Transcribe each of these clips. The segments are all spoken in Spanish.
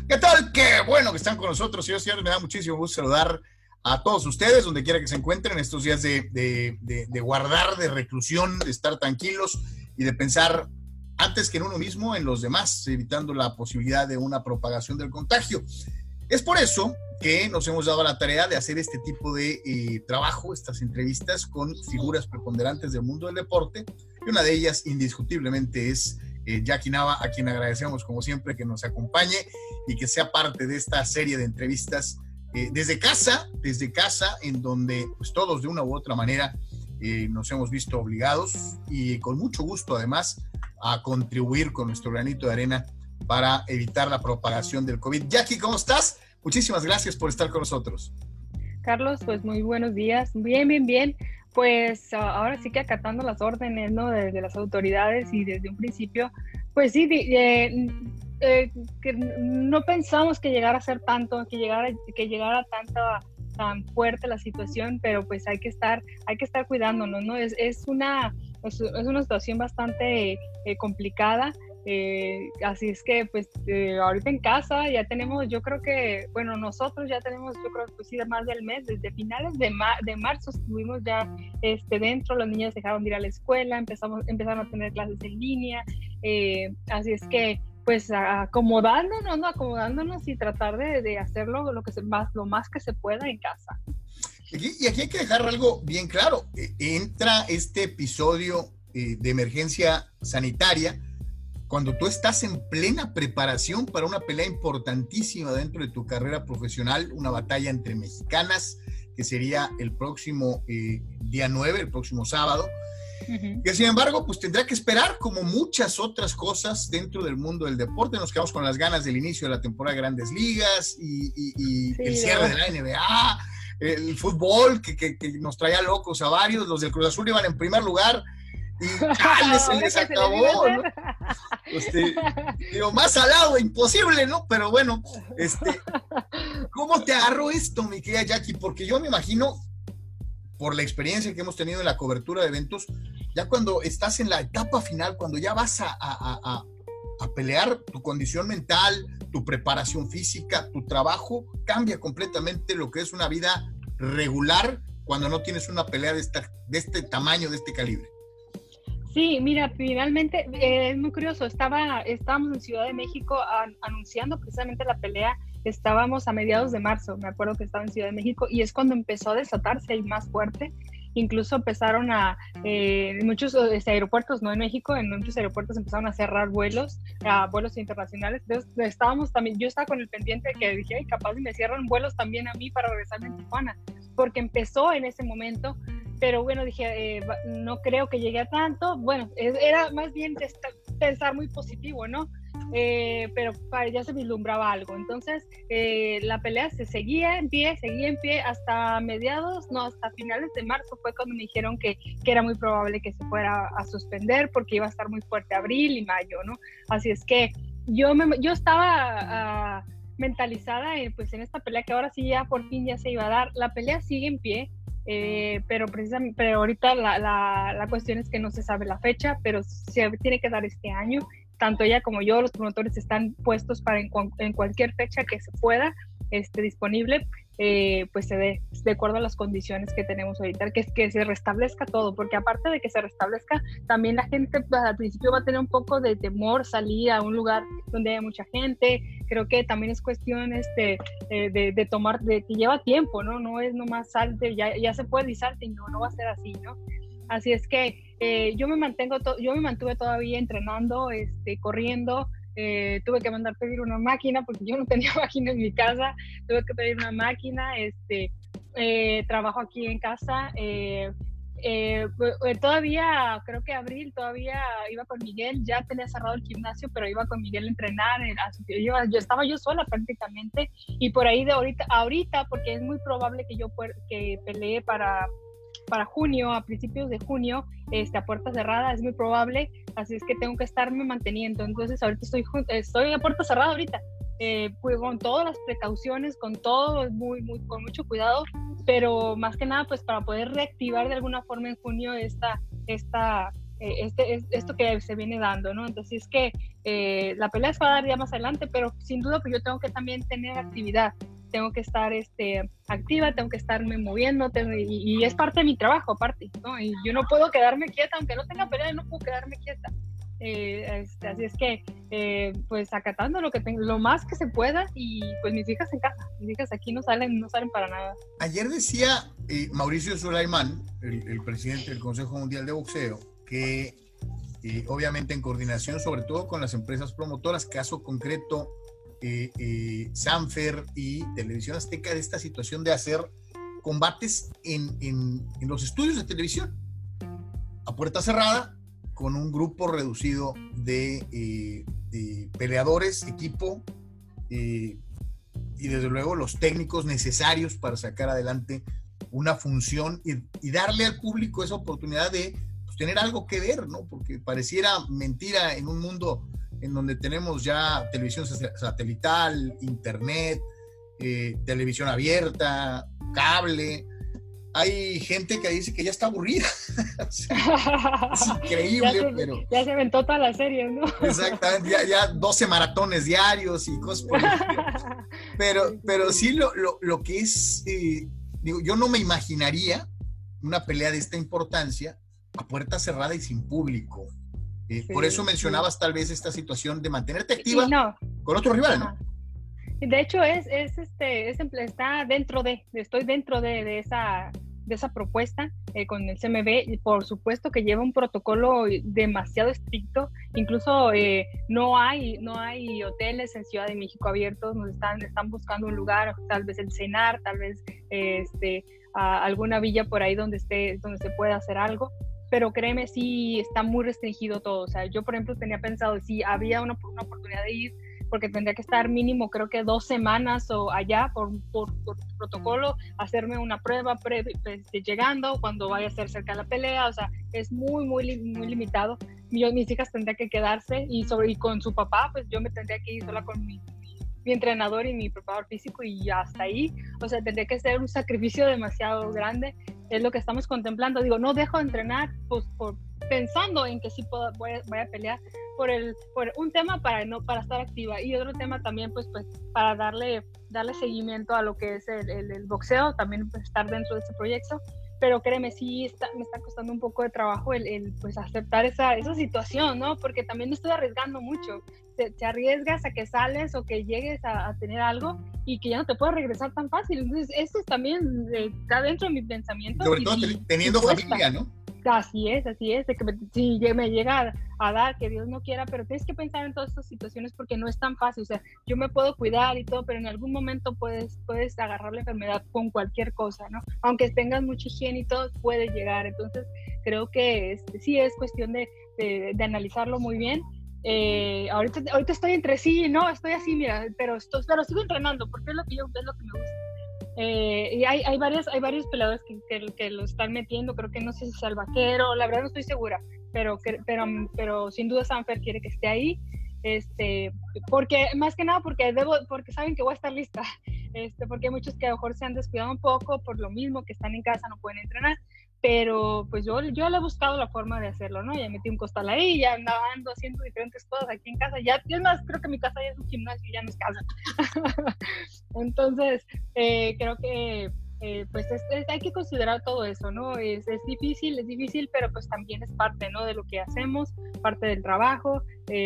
¿Qué tal? Qué bueno que están con nosotros, señores. Me da muchísimo gusto saludar a todos ustedes, donde quiera que se encuentren, estos días de guardar, de reclusión, de estar tranquilos y de pensar antes que en uno mismo, en los demás, evitando la posibilidad de una propagación del contagio. Es por eso que nos hemos dado la tarea de hacer este tipo de trabajo, estas entrevistas con figuras preponderantes del mundo del deporte, y una de ellas indiscutiblemente es Jackie Nava, a quien agradecemos como siempre que nos acompañe y que sea parte de esta serie de entrevistas desde casa, en donde pues todos de una u otra manera nos hemos visto obligados y con mucho gusto además a contribuir con nuestro granito de arena para evitar la propagación del COVID. Jackie, ¿cómo estás? Muchísimas gracias por estar con nosotros. Carlos, pues muy buenos días. Bien. Pues ahora sí que acatando las órdenes, ¿no? Desde las autoridades y desde un principio, pues sí, que no pensamos que llegara a ser tanto, que llegara tan fuerte la situación, pero pues hay que estar cuidándonos, ¿no? Es una situación bastante complicada. Así es que pues ahorita en casa ya tenemos, yo creo que, bueno, nosotros ya tenemos, yo creo que pues sí, más del mes, desde finales de marzo estuvimos ya dentro, los niños dejaron de ir a la escuela, empezaron a tener clases en línea, así es que pues acomodándonos y tratar de hacerlo lo más que se pueda en casa. Y aquí hay que dejar algo bien claro. Entra este episodio de emergencia sanitaria cuando tú estás en plena preparación para una pelea importantísima dentro de tu carrera profesional, una batalla entre mexicanas, que sería el próximo día 9, el próximo sábado, que sin embargo pues tendrá que esperar, como muchas otras cosas dentro del mundo del deporte. Nos quedamos con las ganas del inicio de la temporada de Grandes Ligas y sí, el cierre de la NBA, el fútbol que nos traía locos a varios. Los del Cruz Azul iban en primer lugar y se les acabó, ¿no? Digo, más salado, imposible, ¿no? Pero bueno, ¿cómo te agarró esto, mi querida Jackie? Porque yo me imagino, por la experiencia que hemos tenido en la cobertura de eventos, ya cuando estás en la etapa final, cuando ya vas a pelear, tu condición mental, tu preparación física, tu trabajo, cambia completamente lo que es una vida regular cuando no tienes una pelea de este tamaño, de este calibre. Sí, mira, finalmente es muy curioso, estábamos en Ciudad de México anunciando precisamente la pelea, estábamos a mediados de marzo, me acuerdo que estaba en Ciudad de México, y es cuando empezó a desatarse y más fuerte. Incluso empezaron en muchos aeropuertos, no en México, en muchos aeropuertos empezaron a cerrar vuelos internacionales. Entonces yo estaba con el pendiente que dije, ay, capaz me cierran vuelos también a mí para regresarme a Tijuana, porque empezó en ese momento. Pero bueno, dije, no creo que llegue a tanto. Bueno, era más bien pensar muy positivo, ¿no? Pero ya se vislumbraba algo. Entonces, la pelea seguía en pie hasta hasta finales de marzo fue cuando me dijeron que era muy probable que se fuera a suspender porque iba a estar muy fuerte abril y mayo, ¿no? Así es que yo estaba mentalizada pues en esta pelea que ahora sí ya por fin ya se iba a dar. La pelea sigue en pie. Pero ahorita la cuestión es que no se sabe la fecha, pero se tiene que dar este año. Tanto ella como yo, los promotores están puestos para en cualquier fecha que se pueda, disponible, pues se dé de acuerdo a las condiciones que tenemos ahorita, que se restablezca todo, porque aparte de que se restablezca, también la gente pues, al principio va a tener un poco de temor salir a un lugar donde haya mucha gente. Creo que también es cuestión de tomar, que lleva tiempo, ¿no? No es nomás salte, ya se puede y salte, y no va a ser así, ¿no? Así es que yo me mantuve todavía entrenando, corriendo. Tuve que mandar pedir una máquina porque yo no tenía máquina en mi casa. Tuve que pedir una máquina. Trabajo aquí en casa. Todavía, creo que abril, todavía iba con Miguel. Ya tenía cerrado el gimnasio, pero iba con Miguel a entrenar. Yo estaba yo sola prácticamente. Y por ahí de ahorita, porque es muy probable que yo que pelee para junio, a principios de junio, a puerta cerrada, es muy probable, así es que tengo que estarme manteniendo. Entonces ahorita estoy a puerta cerrada ahorita, con todas las precauciones, con todo, con mucho cuidado, pero más que nada pues para poder reactivar de alguna forma en junio esta esto que se viene dando, ¿no? Entonces es que la pelea se va a dar ya más adelante, pero sin duda pues yo tengo que también tener actividad, tengo que estar activa, tengo que estarme moviendo, y es parte de mi trabajo aparte, ¿no? Y yo no puedo quedarme quieta, aunque no tenga pelea, no puedo quedarme quieta. Así es que pues acatando lo que tengo, lo más que se pueda, y pues mis hijas en casa, mis hijas aquí no salen para nada. Ayer decía Mauricio Sulaimán, el presidente del Consejo Mundial de Boxeo, que obviamente en coordinación sobre todo con las empresas promotoras, caso concreto Sanfer y Televisión Azteca, de esta situación de hacer combates en los estudios de televisión a puerta cerrada, con un grupo reducido de peleadores, equipo, y desde luego los técnicos necesarios para sacar adelante una función y darle al público esa oportunidad de pues, tener algo que ver, ¿no? Porque pareciera mentira en un mundo en donde tenemos ya televisión satelital, internet, televisión abierta, cable. Hay gente que dice que ya está aburrida. O sea, es increíble, ya se aventó toda la serie, ¿no? Exactamente, ya 12 maratones diarios y cosas por el estilo. Pero sí lo que es, digo, yo no me imaginaría una pelea de esta importancia a puerta cerrada y sin público. Por eso mencionabas tal vez esta situación de mantenerte activa con otro rival, ¿no? De hecho, está estoy dentro de esa propuesta con el CMB, y por supuesto que lleva un protocolo demasiado estricto. Incluso no hay hoteles en Ciudad de México abiertos, nos están buscando un lugar, tal vez el CENAR, tal vez alguna villa por ahí donde se pueda hacer algo. Pero créeme, sí está muy restringido todo. O sea, yo por ejemplo tenía pensado, si había una oportunidad de ir, porque tendría que estar mínimo creo que 2 semanas o allá por protocolo, hacerme una prueba llegando, cuando vaya a ser cerca de la pelea. O sea, es muy limitado. Mis hijas tendrían que quedarse, y con su papá, pues yo me tendría que ir sola con mi entrenador y mi preparador físico, y hasta ahí. O sea, tendría que ser un sacrificio demasiado grande. Es lo que estamos contemplando. Digo, no dejo de entrenar pues pensando en que sí voy a pelear por un tema para estar activa, y otro tema también pues para darle seguimiento a lo que es el boxeo, también pues, estar dentro de ese proyecto. Pero créeme, sí me está costando un poco de trabajo el pues aceptar esa situación, ¿no? Porque también me estoy arriesgando mucho. Te arriesgas a que sales o que llegues a tener algo y que ya no te puedes regresar tan fácil. Entonces, eso también está dentro de mi pensamiento. Sobre todo teniendo familia, ¿no? Así es, de que si me llega a dar, que Dios no quiera, pero tienes que pensar en todas estas situaciones, porque no es tan fácil. O sea, yo me puedo cuidar y todo, pero en algún momento puedes agarrar la enfermedad con cualquier cosa, ¿no? Aunque tengas mucha higiene y todo, puede llegar. Entonces, creo que sí es cuestión de analizarlo muy bien. Ahorita estoy entre sí y no, estoy así, mira, pero sigo entrenando, porque es lo que me gusta. Y hay varios peleadores que lo están metiendo. Creo que no sé si es el Vaquero, la verdad no estoy segura, pero sin duda Sanfer quiere que esté ahí, porque más que nada porque saben que voy a estar lista, porque hay muchos que a lo mejor se han descuidado un poco por lo mismo, que están en casa, no pueden entrenar. Pero pues yo le he buscado la forma de hacerlo, ¿no? Ya metí un costal ahí, ya ando haciendo diferentes cosas aquí en casa. Ya, es más, creo que mi casa ya es un gimnasio, ya no es casa. Entonces, creo que pues hay que considerar todo eso, ¿no? Es difícil, pero pues también es parte, ¿no? De lo que hacemos, parte del trabajo.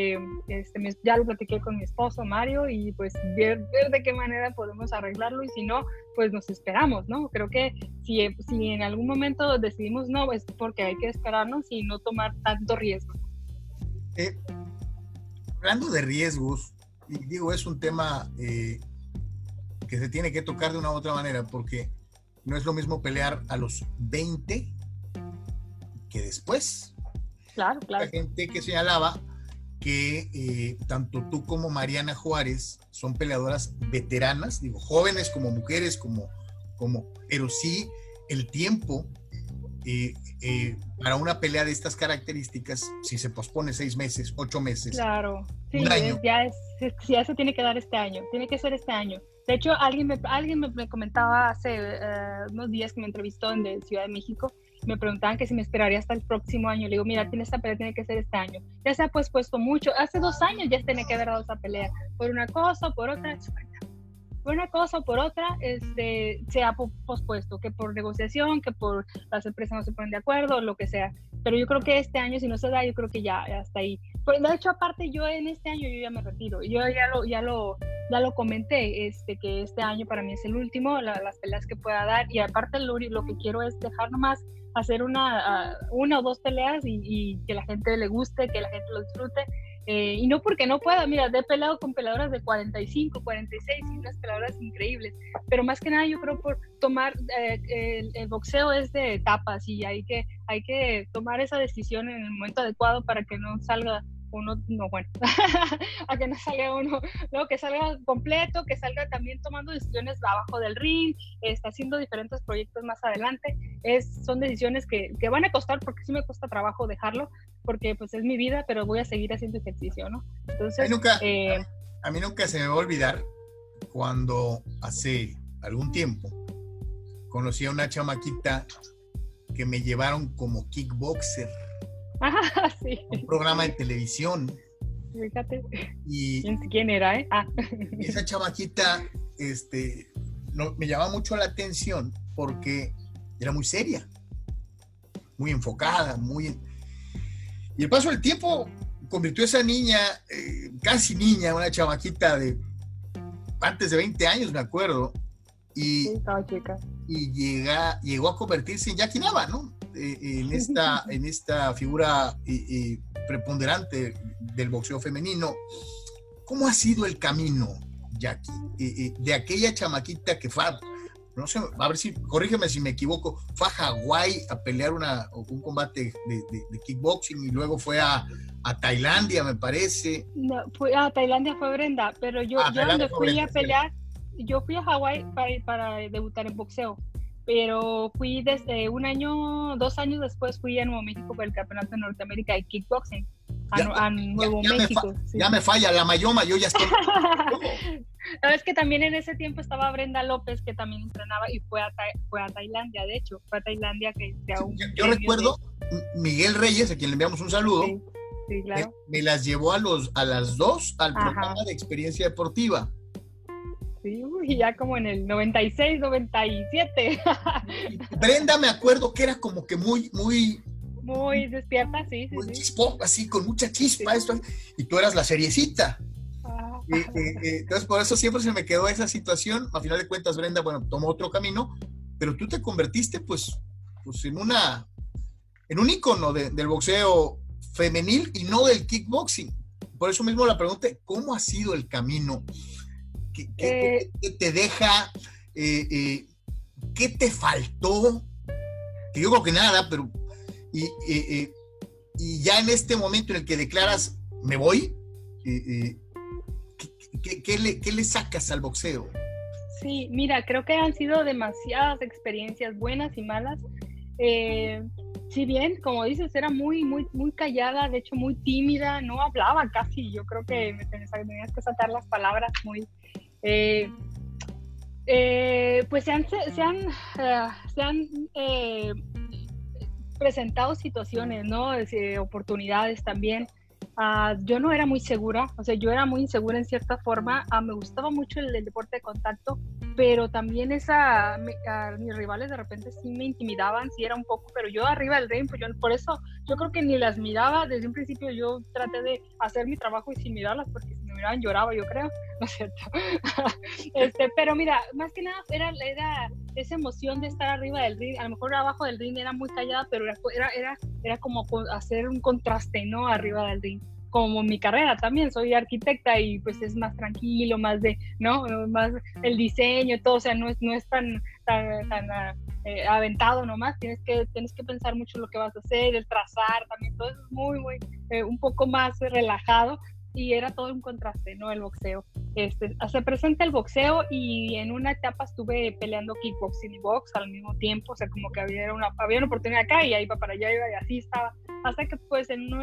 Ya lo platiqué con mi esposo Mario, y pues ver de qué manera podemos arreglarlo, y si no, pues nos esperamos, ¿no? Creo que si en algún momento decidimos no, es porque hay que esperarnos y no tomar tanto riesgo. Hablando de riesgos, y digo, es un tema que se tiene que tocar de una u otra manera, porque no es lo mismo pelear a los 20 que después. Claro. La gente que señalaba que tanto tú como Mariana Juárez son peleadoras veteranas, digo, jóvenes como mujeres, pero sí el tiempo para una pelea de estas características, si se pospone 6 meses, 8 meses, claro, sí, un año. Ya se tiene que dar este año, tiene que ser este año. De hecho, alguien me comentaba hace unos días que me entrevistó en Ciudad de México, me preguntaban que si me esperaría hasta el próximo año. Le digo, mira, esta pelea tiene que ser este año. Ya se ha pospuesto mucho. Hace 2 años ya tenía que haber dado esa pelea. Por una cosa o por otra, se ha pospuesto, que por negociación, que por las empresas no se ponen de acuerdo, lo que sea. Pero yo creo que este año, si no se da, yo creo que ya hasta ahí. Pues, de hecho, aparte, yo en este año yo ya me retiro. Yo ya lo comenté, que este año para mí es el último, las peleas que pueda dar. Y aparte, lo que quiero es dejar nomás hacer una o dos peleas y que la gente le guste, que la gente lo disfrute. Y no porque no pueda, mira, he peleado con peleadoras de 45, 46 y unas peleadoras increíbles, pero más que nada yo creo por tomar, el boxeo es de etapas y hay que tomar esa decisión en el momento adecuado para que no salga uno, no, bueno, a que no salga uno, no, que salga completo, que salga también tomando decisiones abajo del ring, está haciendo diferentes proyectos más adelante. Son decisiones que van a costar, porque sí me cuesta trabajo dejarlo, porque pues es mi vida, pero voy a seguir haciendo ejercicio, ¿no? Entonces, a mí nunca se me va a olvidar cuando hace algún tiempo conocí a una chamaquita que me llevaron como kickboxer. Ah, sí. Un programa de televisión. Fíjate. Y ¿quién era, Y esa chamaquita me llamaba mucho la atención porque era muy seria, muy enfocada, y el paso del tiempo convirtió a esa niña, casi niña, una chamaquita de antes de 20 años, me acuerdo, y, sí, estaba chica. Y llegó a convertirse en Jackie Nava, ¿no? En esta figura preponderante del boxeo femenino. ¿Cómo ha sido el camino, Jackie, de aquella chamaquita que fue, no sé, a ver si, corrígeme si me equivoco, fue a Hawái a pelear un combate de kickboxing y luego fue a Tailandia, me parece? No, a Tailandia fue Brenda, pero yo donde fui a pelear, yo fui a Hawái para debutar en boxeo. Pero fui desde 2 años después, fui a Nuevo México por el Campeonato de Norteamérica de Kickboxing, a Nuevo México. Ya me falla la mayoma, yo ya estoy. Sabes que también en ese tiempo estaba Brenda López, que también entrenaba y fue a Tailandia, de hecho, yo recuerdo Miguel Reyes, a quien le enviamos un saludo, sí, claro. Me las llevó a las 2 al programa de Experiencia Deportiva. Sí, ya como en el 96, 97. Brenda, me acuerdo que era como que muy despierta, sí. Chisposa, así, con mucha chispa, sí. Y tú eras la seriecita. Entonces, por eso siempre se me quedó esa situación. A final de cuentas, Brenda, bueno, tomó otro camino, pero tú te convertiste, pues en un ícono del boxeo femenil y no del kickboxing. Por eso mismo la pregunta, ¿cómo ha sido el camino? ¿Qué te deja? ¿Qué te faltó? Que yo creo que nada, pero y ya en este momento en el que declaras me voy, ¿qué le sacas al boxeo? Sí, mira, creo que han sido demasiadas experiencias buenas y malas. Si bien, como dices, era muy, muy, muy callada, de hecho muy tímida, no hablaba casi, yo creo que me tenías que sacar las palabras muy... pues se han presentado situaciones, ¿no? Oportunidades también. Yo no era muy segura, o sea, yo era muy insegura en cierta forma. Me gustaba mucho el deporte de contacto, pero también mis rivales de repente sí me intimidaban, sí era un poco, pero yo arriba del ring, pues por eso yo creo que ni las miraba. Desde un principio yo traté de hacer mi trabajo y sin mirarlas, porque si me miraban lloraba, yo creo, ¿no es cierto? Pero mira, más que nada era esa emoción de estar arriba del ring. A lo mejor abajo del ring era muy callada, pero era como hacer un contraste, ¿no? Arriba del ring. Como mi carrera también, soy arquitecta y pues es más tranquilo, más de, ¿no? Más el diseño y todo, o sea, no es tan aventado nomás, tienes que pensar mucho lo que vas a hacer, el trazar también, todo eso es muy, muy, un poco más relajado, y era todo un contraste, ¿no? El boxeo. Se presenta el boxeo y en una etapa estuve peleando kickboxing y box al mismo tiempo, o sea, como que había una oportunidad acá y ahí iba para allá, y así estaba, hasta que pues en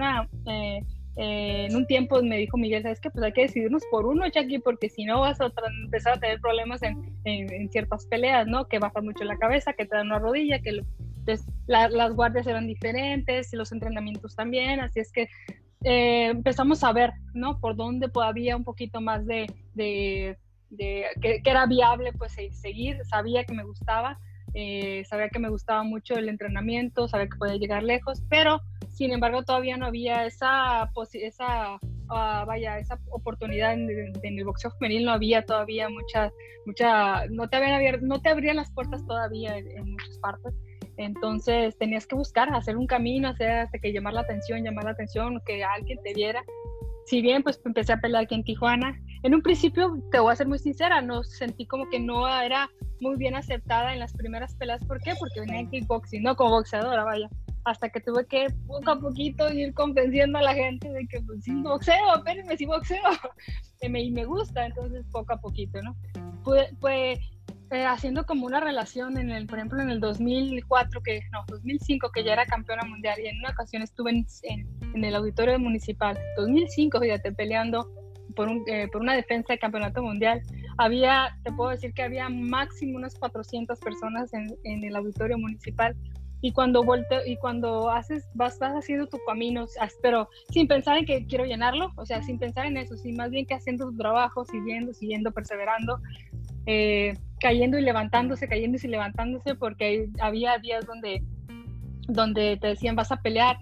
un tiempo me dijo Miguel, ¿sabes qué? Pues hay que decidirnos por uno, Jackie, porque si no vas a empezar a tener problemas en ciertas peleas, ¿no? Que bajas mucho la cabeza, que te dan una rodilla, Entonces, las guardias eran diferentes, los entrenamientos también, así es que empezamos a ver, ¿no? Por dónde había un poquito más que era viable, pues, seguir. Sabía que me gustaba mucho el entrenamiento, sabía que podía llegar lejos, pero, sin embargo, todavía no había esa oportunidad en el boxeo femenil, no había todavía no te abrían las puertas todavía en muchas partes. Entonces tenías que buscar, hacer un camino, hasta que llamar la atención, que alguien te viera. Si bien pues empecé a pelear aquí en Tijuana, en un principio, te voy a ser muy sincera, no sentí como que no era muy bien aceptada en las primeras peleas. ¿Por qué? Porque venía en kickboxing, no como boxeadora, vaya. Hasta que tuve que poco a poquito ir convenciendo a la gente de que pues, sí boxeo, espérenme, sí boxeo. Y me gusta, entonces poco a poquito, ¿no? Fue haciendo como una relación por ejemplo, en el 2005, que ya era campeona mundial, y en una ocasión estuve en el auditorio municipal, 2005, fíjate, peleando por una defensa de campeonato mundial. Te puedo decir que había máximo unas 400 personas en el auditorio municipal, y cuando vas haciendo tu camino, pero sin pensar en que quiero llenarlo, o sea, sin pensar en eso, sino más bien que haciendo tu trabajo, siguiendo, perseverando, cayendo y levantándose, porque había días donde te decían vas a pelear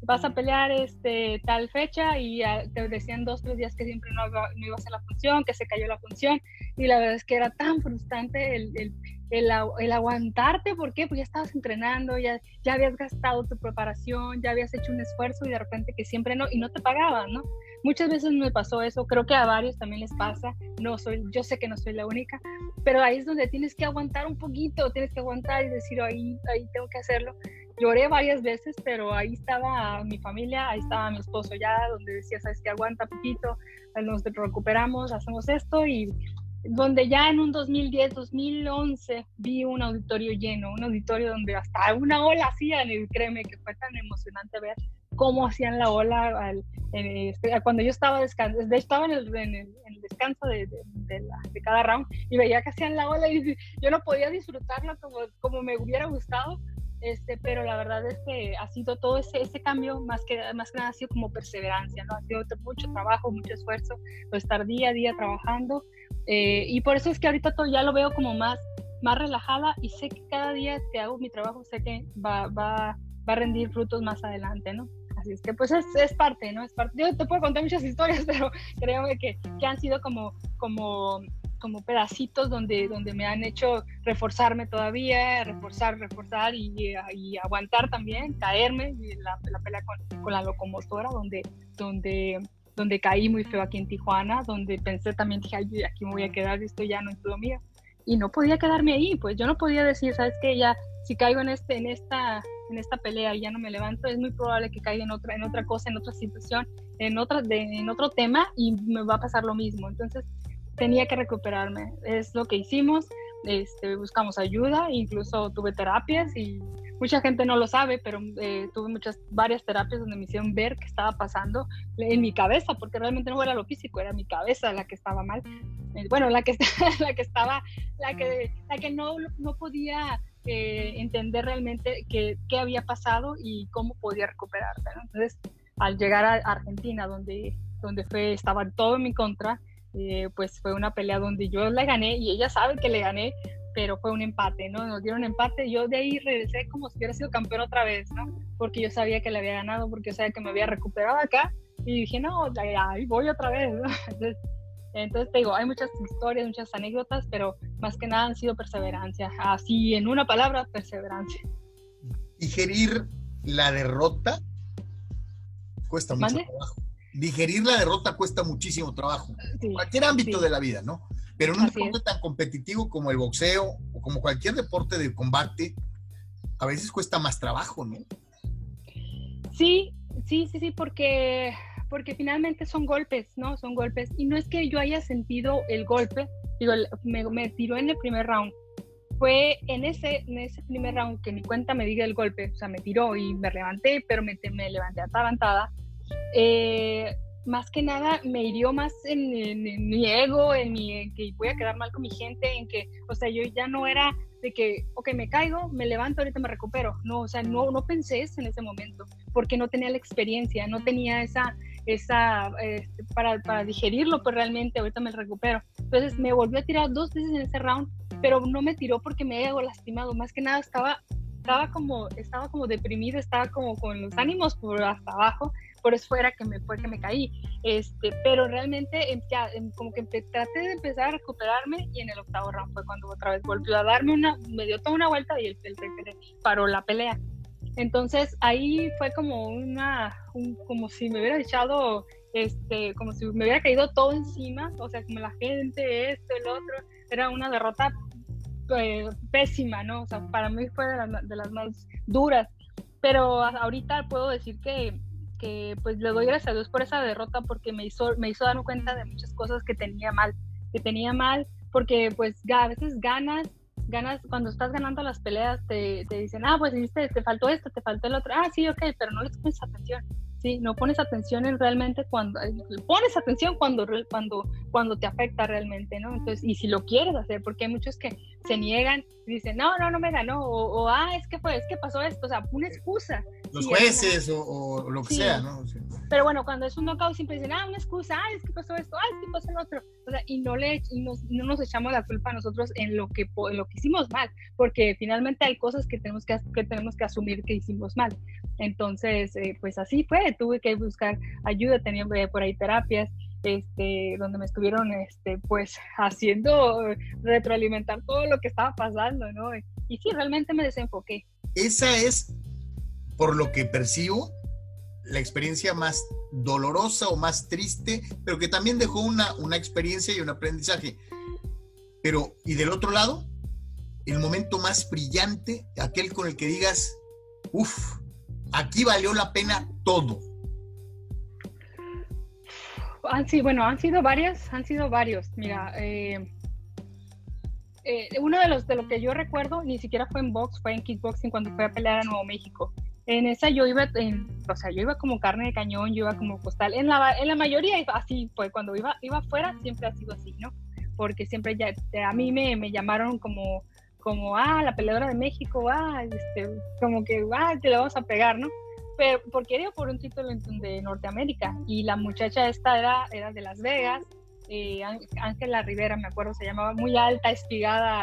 tal fecha, y te decían 2-3 días que siempre no iba a ser la función, que se cayó la función, y la verdad es que era tan frustrante el aguantarte. ¿Por qué? Pues ya estabas entrenando, ya habías gastado tu preparación, ya habías hecho un esfuerzo, y de repente que siempre no, y no te pagaban, ¿no? Muchas veces me pasó eso, creo que a varios también les pasa, yo sé que no soy la única, pero ahí es donde tienes que aguantar un poquito, tienes que aguantar y decir, ahí tengo que hacerlo. Lloré varias veces, pero ahí estaba mi familia, ahí estaba mi esposo ya, donde decía, sabes que aguanta poquito, nos recuperamos, hacemos esto, y donde ya en un 2010, 2011 vi un auditorio lleno, un auditorio donde hasta una ola hacían, y créeme que fue tan emocionante ver cómo hacían la ola cuando yo estaba estaba en el descanso de cada round, y veía que hacían la ola, y yo no podía disfrutarla como me hubiera gustado, pero la verdad es que ha sido todo ese cambio, más que nada ha sido como perseverancia, ¿no? Ha sido mucho trabajo, mucho esfuerzo, estar día a día trabajando, y por eso es que ahorita todo ya lo veo como más relajada, y sé que cada día que hago mi trabajo, sé que va a rendir frutos más adelante, ¿no? Así es que pues es parte, ¿no? Es parte. Yo te puedo contar muchas historias, pero créeme que han sido como pedacitos donde me han hecho reforzarme todavía, reforzar y aguantar también, caerme, y la pelea con la locomotora, donde caí muy feo aquí en Tijuana, donde pensé también, dije, ay, aquí me voy a quedar, esto ya no es lo mío. Y no podía quedarme ahí, pues yo no podía decir, ¿sabes qué? Ya, si caigo en esta pelea y ya no me levanto, es muy probable que caiga en otra cosa, en otra situación, en otro tema, y me va a pasar lo mismo. Entonces, tenía que recuperarme. Es lo que hicimos. Buscamos ayuda, incluso tuve terapias, y mucha gente no lo sabe, pero tuve varias terapias donde me hicieron ver qué estaba pasando en mi cabeza, porque realmente no era lo físico, era mi cabeza la que estaba mal. Bueno, la que no podía entender realmente qué había pasado y cómo podía recuperarse, ¿no? Entonces, al llegar a Argentina, donde estaba todo en mi contra, pues fue una pelea donde yo le gané, y ella sabe que le gané, pero fue un empate, ¿no? Nos dieron empate. Yo de ahí regresé como si hubiera sido campeón otra vez, ¿no? Porque yo sabía que le había ganado, porque yo sabía que me había recuperado acá, y dije, no, ahí voy otra vez, ¿no? Entonces te digo, hay muchas historias, muchas anécdotas, pero más que nada han sido perseverancia. Así, en una palabra, perseverancia. Digerir la derrota cuesta mucho trabajo. Digerir la derrota cuesta muchísimo trabajo. Sí, cualquier ámbito de la vida, ¿no? Pero en un deporte tan competitivo como el boxeo, o como cualquier deporte de combate, a veces cuesta más trabajo, ¿no? Sí, porque finalmente son golpes, ¿no? Son golpes. Y no es que yo haya sentido el golpe, digo, me tiró en el primer round. Fue en ese primer round que ni cuenta me diga el golpe, o sea, me tiró y me levanté, pero me levanté atarantada. más que nada me hirió más en mi ego, en que voy a quedar mal con mi gente, en que, o sea, yo ya no era de que, ok, me caigo, me levanto, ahorita me recupero. No, o sea, no pensé eso en ese momento, porque no tenía la experiencia, no tenía para digerirlo, pues realmente ahorita me recupero. Entonces me volvió a tirar 2 veces en ese round, pero no me tiró porque me había lastimado, más que nada estaba como deprimida, estaba como con los ánimos por hasta abajo, por eso fue que me caí, pero realmente como que traté de empezar a recuperarme, y en el 8º round fue cuando otra vez volvió a darme me dio toda una vuelta y el paró la pelea. Entonces ahí fue como como si me hubiera echado, como si me hubiera caído todo encima, o sea, como la gente, el otro, era una derrota pésima, ¿no? O sea, para mí fue de las más duras, pero ahorita puedo decir que pues le doy gracias a Dios por esa derrota, porque me hizo darme cuenta de muchas cosas que tenía mal, porque pues a veces ganas, cuando estás ganando las peleas, te dicen, pues te faltó esto, te faltó el otro, sí, ok, pero no les pones atención. Sí, no pones atención pones atención cuando te afecta realmente, ¿no? Entonces, y si lo quieres hacer, porque hay muchos que se niegan y dicen, no me ganó, es que pasó esto, o sea, una excusa. Los jueces o lo que sea, ¿no? Sí. Pero bueno, cuando es un knockout siempre dicen, una excusa, es que pasó esto, es que pasó el otro, o sea, y no nos echamos la culpa a nosotros en lo que hicimos mal, porque finalmente hay cosas que tenemos que asumir que hicimos mal. Entonces, pues así fue, tuve que buscar ayuda, tenía por ahí terapias, donde me estuvieron, pues haciendo retroalimentar todo lo que estaba pasando, ¿no? Y sí, realmente me desenfoqué. Esa es, por lo que percibo, la experiencia más dolorosa o más triste, pero que también dejó una experiencia y un aprendizaje. Pero, y del otro lado, el momento más brillante, aquel con el que digas, aquí valió la pena todo. Han sido varios. Mira, uno de lo que yo recuerdo, ni siquiera fue en box, fue en kickboxing, cuando fui a pelear a Nuevo México. En esa yo iba como carne de cañón, yo iba como costal. En la mayoría así fue, cuando iba afuera siempre ha sido así, ¿no? Porque siempre a mí me llamaron como la peleadora de México, como que te la vamos a pegar, ¿no? Pero porque era por un título de Norteamérica, y la muchacha esta era de Las Vegas, Ángela Rivera, me acuerdo, se llamaba, muy alta, espigada,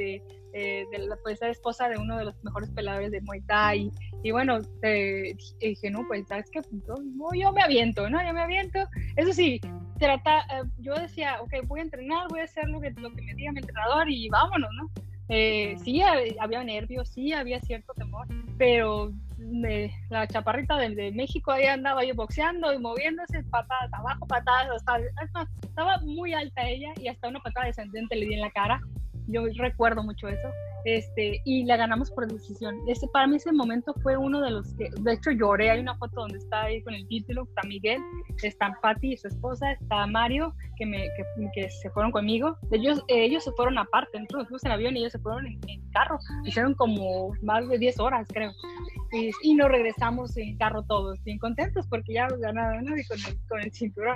pues era esposa de uno de los mejores peleadores de Muay Thai, y bueno, dije, no, pues, ¿sabes qué? Yo me aviento. Eso sí, yo decía, ok, voy a entrenar, voy a hacer lo que me diga mi entrenador y vámonos, ¿no? Sí, había nervios, sí, había cierto temor, pero la chaparrita de México ahí andaba yo boxeando y moviéndose, patadas abajo, patadas, estaba muy alta ella, y hasta una patada descendente le di en la cara. Yo recuerdo mucho eso, y la ganamos por decisión. Para mí ese momento fue uno de los que, de hecho, lloré. Hay una foto donde está ahí con el título, está Miguel, está Pati, su esposa, está Mario, que se fueron conmigo. Ellos se fueron aparte, nosotros fuimos en avión y ellos se fueron en carro, hicieron como más de 10 horas, creo. Y nos regresamos en carro todos, bien contentos porque ya ganaron, ¿no? Y con el cinturón.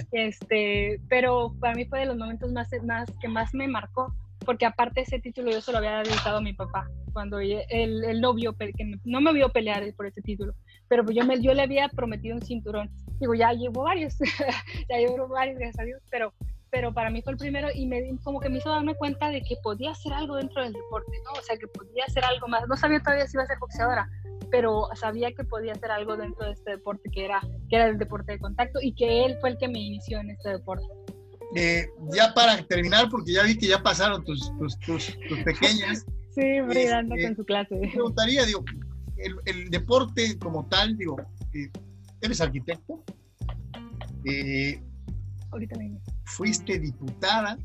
Pero para mí fue de los momentos que más me marcó, porque aparte ese título yo se lo había dedicado a mi papá, cuando él no me vio pelear por ese título, pero pues yo le había prometido un cinturón. Digo, ya llevo varios, gracias a Dios, pero para mí fue el primero, y como que me hizo darme cuenta de que podía hacer algo dentro del deporte, ¿no? O sea, que podía hacer algo más. No sabía todavía si iba a ser boxeadora, pero sabía que podía hacer algo dentro de este deporte, que era el deporte de contacto, y que él fue el que me inició en este deporte. Ya para terminar, porque ya vi que ya pasaron tus pequeñas. Sí, brillando con su clase. Me preguntaría, digo, el deporte como tal, digo, eres arquitecto, ahorita mismo. Fuiste diputada,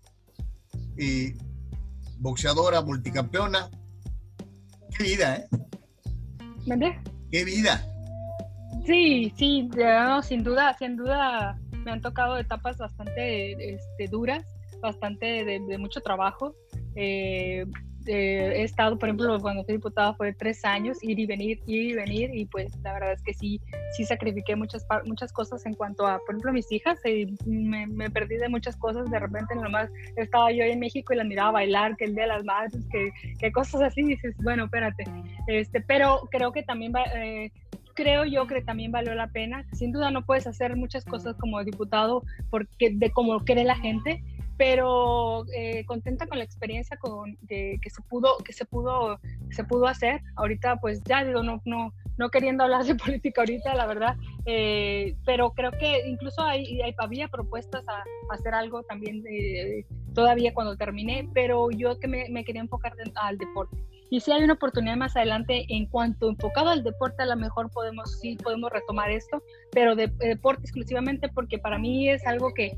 boxeadora, multicampeona. Qué vida, ¿eh? ¿Mandé? Qué vida. Sí, no, sin duda me han tocado etapas bastante duras, bastante de mucho trabajo. he estado, por ejemplo, cuando fui diputada fue 3 años, ir y venir, y pues la verdad es que sí sacrifiqué muchas cosas en cuanto a, por ejemplo, mis hijas, me perdí de muchas cosas, de repente nomás estaba yo en México y las miraba bailar, que el Día de las Madres, que cosas así, y dices, bueno, espérate, pero creo que también creo yo que también valió la pena. Sin duda no puedes hacer muchas cosas como diputado porque de cómo cree la gente, pero contenta con la experiencia que se pudo hacer. Ahorita pues ya digo, no queriendo hablar de política ahorita, la verdad, pero creo que incluso había propuestas a hacer algo también todavía cuando terminé, pero yo que me quería enfocar al deporte. Y si hay una oportunidad más adelante en cuanto enfocado al deporte, a lo mejor podemos retomar esto, pero de deporte exclusivamente, porque para mí es algo que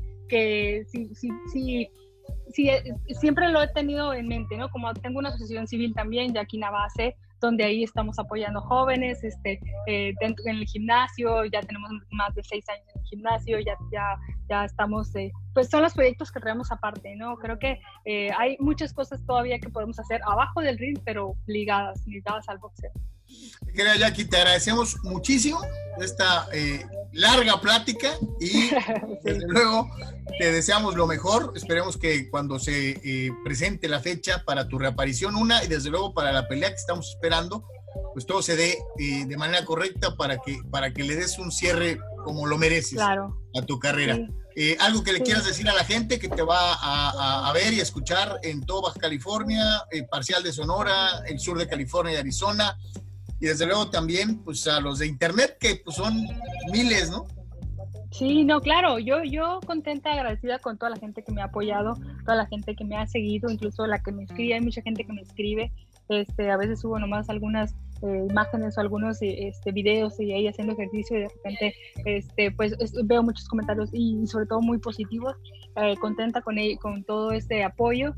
sí, siempre lo he tenido en mente, ¿no? Como tengo una asociación civil también, Yaquina Base, donde ahí estamos apoyando jóvenes, dentro en el gimnasio, ya tenemos más de 6 años en el gimnasio, ya estamos, pues son los proyectos que traemos aparte, ¿no? Creo que hay muchas cosas todavía que podemos hacer abajo del ring, pero ligadas al boxeo. Querida Jackie, te agradecemos muchísimo esta larga plática y desde luego te deseamos lo mejor. Esperemos que cuando se presente la fecha para tu reaparición y desde luego para la pelea que estamos esperando, pues todo se dé de manera correcta para que le des un cierre como lo mereces, claro, a tu carrera. Sí. Algo que le quieras decir a la gente que te va a ver y a escuchar en todo Baja California, parcial de Sonora, el sur de California y Arizona, y desde luego también pues a los de internet, que pues son miles, ¿no? Sí, no, claro, yo contenta, agradecida con toda la gente que me ha apoyado, toda la gente que me ha seguido, incluso la que me escribe, hay mucha gente que me escribe, a veces subo nomás algunas imágenes o algunos videos y ahí haciendo ejercicio y de repente pues veo muchos comentarios y sobre todo muy positivos, contenta con todo este apoyo,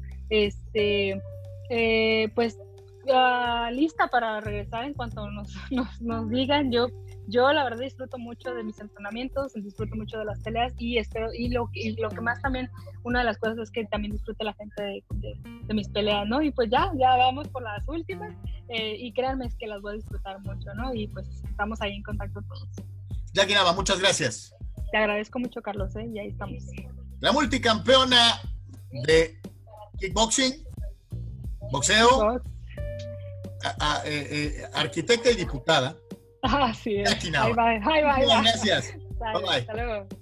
pues lista para regresar en cuanto nos digan. Yo la verdad disfruto mucho de mis entrenamientos, disfruto mucho de las peleas y lo que más también, una de las cosas es que también disfruto la gente de mis peleas, ¿no? Y pues ya vamos por las últimas y créanme que las voy a disfrutar mucho, ¿no? Y pues estamos ahí en contacto todos. Jackie Nava, muchas gracias. Te agradezco mucho, Carlos, y ahí estamos. La multicampeona de kickboxing, boxeo, arquitecta y diputada. Así es. Jackie Nava. Bye. Gracias. Bye. Hasta luego.